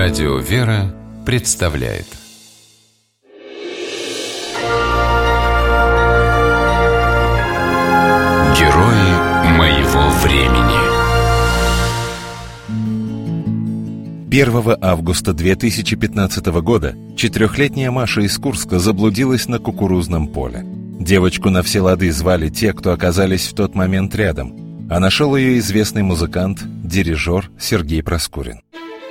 Радио «Вера» представляет Герои моего времени. 1 августа 2015 года 4-летняя Маша из Курска заблудилась на кукурузном поле. Девочку на все лады звали те, кто оказались в тот момент рядом, а нашел ее известный музыкант, дирижер Сергей Проскурин.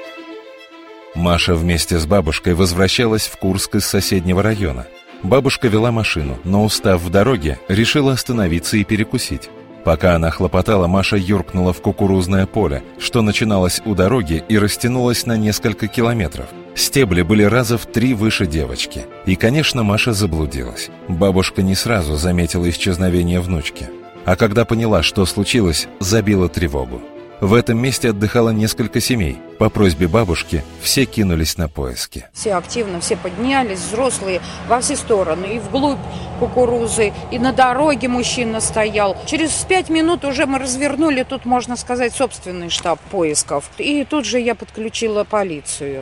Маша вместе с бабушкой возвращалась в Курск из соседнего района. Бабушка вела машину, но, устав в дороге, решила остановиться и перекусить. Пока она хлопотала, Маша юркнула в кукурузное поле, что начиналось у дороги и растянулось на несколько километров. Стебли были раза в 3 выше девочки. И, конечно, Маша заблудилась. Бабушка не сразу заметила исчезновение внучки. А когда поняла, что случилось, забила тревогу. В этом месте отдыхало несколько семей. По просьбе бабушки все кинулись на поиски. Все активно, все поднялись, взрослые, во все стороны. И вглубь кукурузы, и на дороге мужчина стоял. Через 5 минут уже мы развернули, тут, можно сказать, собственный штаб поисков. И тут же я подключила полицию.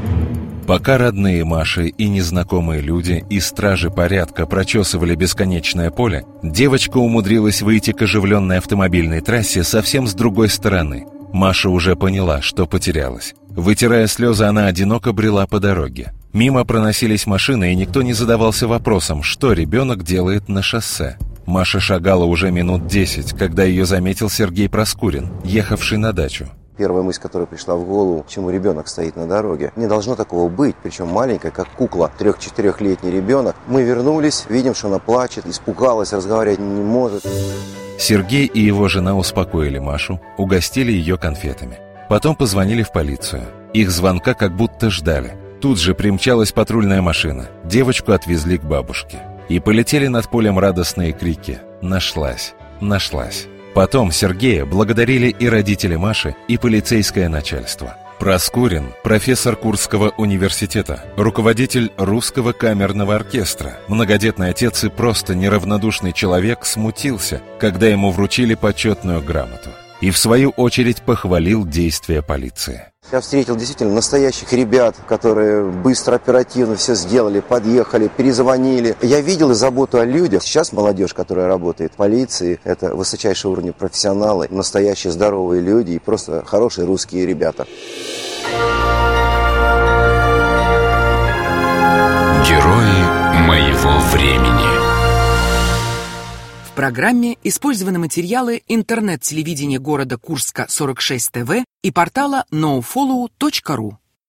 Пока родные Маши и незнакомые люди и стражи порядка прочесывали бесконечное поле, девочка умудрилась выйти к оживленной автомобильной трассе совсем с другой стороны. Маша уже поняла, что потерялась. Вытирая слезы, она одиноко брела по дороге. Мимо проносились машины, и никто не задавался вопросом, что ребенок делает на шоссе. Маша шагала уже минут 10, когда ее заметил Сергей Проскурин, ехавший на дачу. Первая мысль, которая пришла в голову, почему ребенок стоит на дороге. Не должно такого быть, причем маленькая, как кукла, 3-4-летний ребенок. Мы вернулись, видим, что она плачет, испугалась, разговаривать не может. Сергей и его жена успокоили Машу, угостили ее конфетами. Потом позвонили в полицию. Их звонка как будто ждали. Тут же примчалась патрульная машина. Девочку отвезли к бабушке. И полетели над полем радостные крики: «Нашлась! Нашлась!». Потом Сергея благодарили и родители Маши, и полицейское начальство. Проскурин, профессор Курского университета, руководитель Русского камерного оркестра, многодетный отец и просто неравнодушный человек, смутился, когда ему вручили почетную грамоту. И в свою очередь похвалил действия полиции. Я встретил действительно настоящих ребят, которые быстро, оперативно все сделали, подъехали, перезвонили. Я видел и заботу о людях. Сейчас молодежь, которая работает в полиции, это высочайшего уровня профессионалы, настоящие здоровые люди и просто хорошие русские ребята. Герои моего времени. В программе использованы материалы интернет-телевидения города Курска 46 ТВ и портала nofollow.ru.